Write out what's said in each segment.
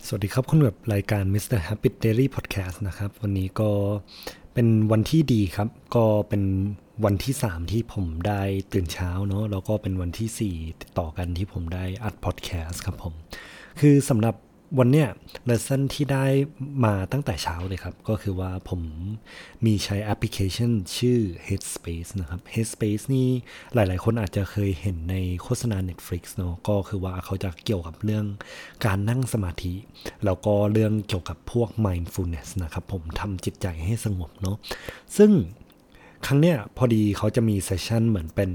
สวัสดีครับคุณแบบรายการ Mr. Happy Daily Podcast นะครับวันนี้ก็เป็นวันที่ดีครับก็เป็นวันที่3ที่ผมได้ตื่นเช้าเนาะแล้วก็เป็นวันที่4ติดต่อกันที่ผมได้อัด podcast ครับผมคือสำหรับวันเนี้ย lesson ที่ได้มาตั้งแต่เช้าเลยครับก็คือว่าผมมีใช้แอปพลิเคชันชื่อ Headspace นะครับ Headspace นี่หลายๆคนอาจจะเคยเห็นในโฆษณา Netflix เนาะก็คือว่าเขาจะเกี่ยวกับเรื่องการนั่งสมาธิแล้วก็เรื่องเกี่ยวกับพวก mindfulness นะครับผมทำจิตใจให้สงบเนาะซึ่งครั้งเนี้ยพอดีเขาจะมีเซสชันเหมือนเป็น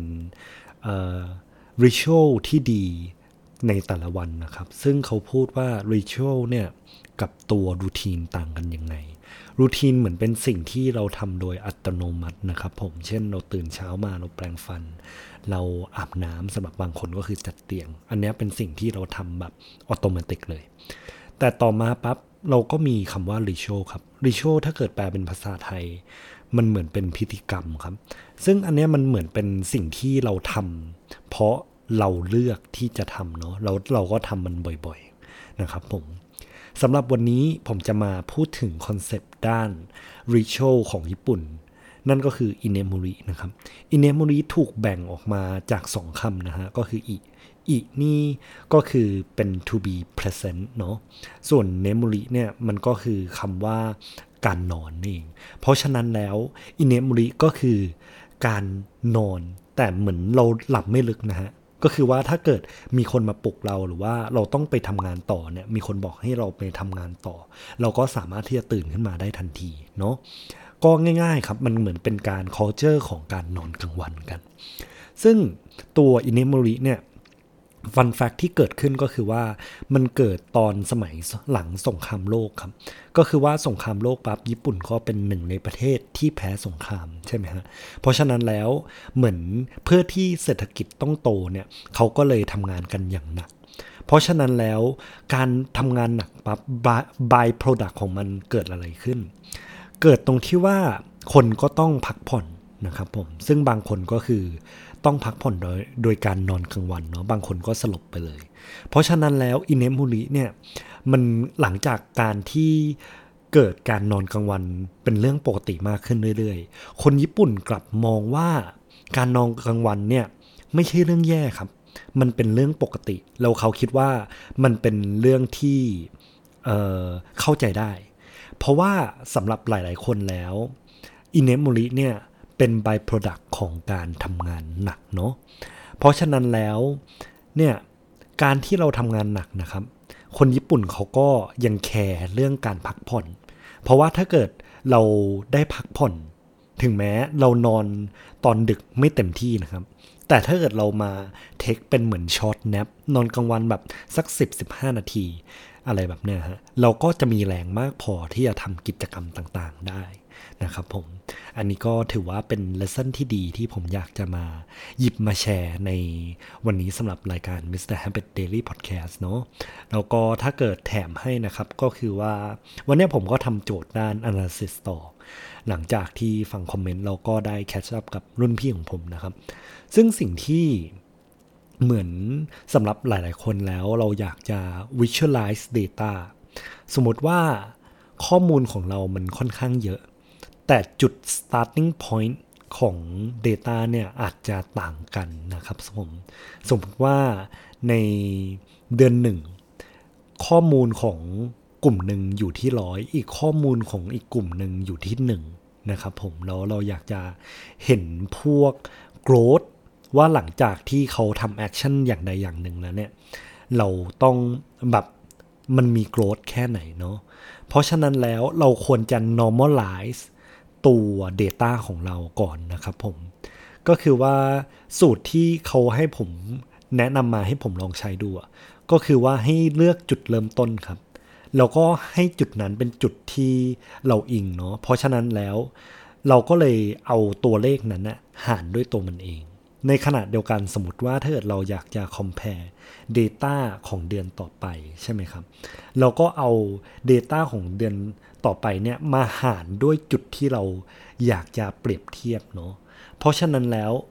ritual ที่ดีในแต่ละวันนะครับซึ่งเขาพูดว่า ritual เนี่ยกับตัวรูทีนต่างกันยังไงรูทีนเหมือนเป็นสิ่งที่เราทำโดยอัตโนมัตินะครับผมเช่นเราตื่นเช้ามาเราแปรงฟันเราอาบน้ำสำหรับบางคนก็คือจัดเตียงอันนี้เป็นสิ่งที่เราทำแบบอัตโนมัติเลยแต่ต่อมาปั๊บเราก็มีคำว่า ritual ครับ ritual ถ้าเกิดแปลเป็นภาษาไทยมันเหมือนเป็นพิธีกรรมครับซึ่งอันนี้มันเหมือนเป็นสิ่งที่เราทำเพราะเราเลือกที่จะทำเนาะเราก็ทำมันบ่อยๆนะครับผมสำหรับวันนี้ผมจะมาพูดถึงคอนเซปต์ด้าน ritual ของญี่ปุ่นนั่นก็คือ inemuri นะครับ inemuri ถูกแบ่งออกมาจาก2คำนะฮะก็คืออินี่ก็คือเป็น to be present เนาะส่วน nemuri เนี่ยมันก็คือคำว่าการนอนเองเพราะฉะนั้นแล้ว inemuri ก็คือการนอนแต่เหมือนเราหลับไม่ลึกนะฮะก็คือว่าถ้าเกิดมีคนมาปลุกเราหรือว่าเราต้องไปทำงานต่อเนี่ยมีคนบอกให้เราไปทำงานต่อเราก็สามารถที่จะตื่นขึ้นมาได้ทันทีเนาะก็ง่ายๆครับมันเหมือนเป็นการ culture ของการนอนกลางวันกันซึ่งตัว inemuri เนี่ยฟันแฟกที่เกิดขึ้นก็คือว่ามันเกิดตอนสมัยหลังสงครามโลกครับก็คือว่าสงครามโลกปั๊บญี่ปุ่นก็เป็นหนึ่งในประเทศที่แพ้สงครามใช่ไหมฮะเพราะฉะนั้นแล้วเหมือนเพื่อที่เศรษฐกิจต้องโตเนี่ยเขาก็เลยทำงานกันอย่างหนักเพราะฉะนั้นแล้วการทำงานหนักปั๊บายโปรดักต์ของมันเกิดอะไรขึ้นเกิดตรงที่ว่าคนก็ต้องพักผ่อนนะครับผมซึ่งบางคนก็คือต้องพักผ่อนโดยการนอนกลางวันเนาะบางคนก็สลบไปเลยเพราะฉะนั้นแล้วอินเนมูริเนี่ยมันหลังจากการที่เกิดการนอนกลางวันเป็นเรื่องปกติมากขึ้นเรื่อยๆคนญี่ปุ่นกลับมองว่าการนอนกลางวันเนี่ยไม่ใช่เรื่องแย่ครับมันเป็นเรื่องปกติแล้วเขาคิดว่ามันเป็นเรื่องที่เข้าใจได้เพราะว่าสำหรับหลายๆคนแล้วอินเนมูริเนี่ยเป็น by product ของการทำงานหนักเนาะเพราะฉะนั้นแล้วเนี่ยการที่เราทำงานหนักนะครับคนญี่ปุ่นเขาก็ยังแคร์เรื่องการพักผ่อนเพราะว่าถ้าเกิดเราได้พักผ่อนถึงแม้เรานอนตอนดึกไม่เต็มที่นะครับแต่ถ้าเกิดเรามาเทคเป็นเหมือนช็อตแนปนอนกลางวันแบบสัก10-15 นาทีอะไรแบบเนี้ยฮะเราก็จะมีแรงมากพอที่จะทำกิจกรรมต่างๆได้นะครับผมอันนี้ก็ถือว่าเป็นเลสเซ่นที่ดีที่ผมอยากจะมาหยิบมาแชร์ในวันนี้สำหรับรายการ Mr. Happy Daily Podcast เนาะแล้วก็ถ้าเกิดแถมให้นะครับก็คือว่าวันนี้ผมก็ทำโจทย์ด้าน Analysis ต่อหลังจากที่ฟังคอมเมนต์เราก็ได้แคชอัพกับรุ่นพี่ของผมนะครับซึ่งสิ่งที่เหมือนสำหรับหลายๆคนแล้วเราอยากจะ visualize data สมมติว่าข้อมูลของเรามันค่อนข้างเยอะแต่จุด starting point ของ data เนี่ยอาจจะต่างกันนะครับสมมติว่าในเดือนหนึ่งข้อมูลของกลุ่มหนึ่งอยู่ที่100อีกข้อมูลของอีกกลุ่มหนึ่งอยู่ที่1นะครับผมแล้วเราอยากจะเห็นพวก growth ว่าหลังจากที่เขาทำแอคชั่นอย่างใดอย่างหนึ่งแล้วเนี่ยเราต้องแบบมันมี growth แค่ไหนเนาะเพราะฉะนั้นแล้วเราควรจะ normalize ตัว data ของเราก่อนนะครับผมก็คือว่าสูตรที่เขาให้ผมแนะนำมาให้ผมลองใช้ดูก็คือว่าให้เลือกจุดเริ่มต้นครับแล้วก็ให้จุดนั้นเป็นจุดที่เราอิงเนาะเพราะฉะนั้นแล้วเราก็เลยเอาตัวเลขนั้นนะหารด้วยตัวมันเองในขณะเดียวกันสมมติว่าถ้าเกิดเราอยากจะ compare data ของเดือนต่อไปใช่ไหมครับเราก็เอา data ของเดือนต่อไปเนี่ยมาหารด้วยจุดที่เราอยากจะเปรียบเทียบเนาะเพราะฉะนั้นแล้ว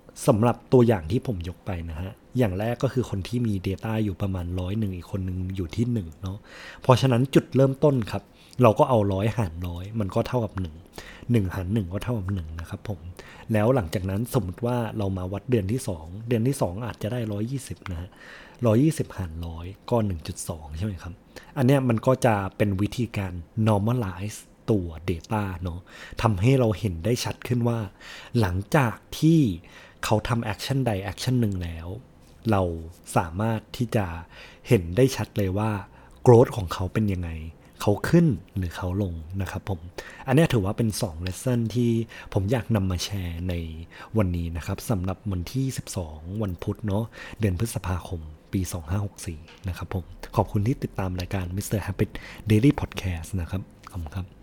สำหรับตัวอย่างที่ผมยกไปนะฮะอย่างแรกก็คือคนที่มี Data อยู่ประมาณ100อีกคนนึงอยู่ที่1เนาะเพราะฉะนั้นจุดเริ่มต้นครับเราก็เอา100หาร100มันก็เท่ากับ1หาร1ก็เท่ากับ1นะครับผมแล้วหลังจากนั้นสมมติว่าเรามาวัดเดือนที่2เดือนที่2อาจจะได้120นะฮะ120หาร100ก็1.2ใช่ไหมครับอันเนี้ยมันก็จะเป็นวิธีการ normalize ตัว Data เนาะทำให้เราเห็นได้ชัดขึ้นว่าหลังจากที่เขาทำแอคชั่นใดแอคชั่นหนึ่งแล้วเราสามารถที่จะเห็นได้ชัดเลยว่า growth ของเขาเป็นยังไงเขาขึ้นหรือเขาลงนะครับผมอันนี้ถือว่าเป็น2 lesson ที่ผมอยากนำมาแชร์ในวันนี้นะครับสำหรับวันที่12วันพุธเนาะเดือนพฤษภาคมปี2564นะครับผมขอบคุณที่ติดตามรายการ Mr. Habit Daily Podcast นะครับขอบคุณครับ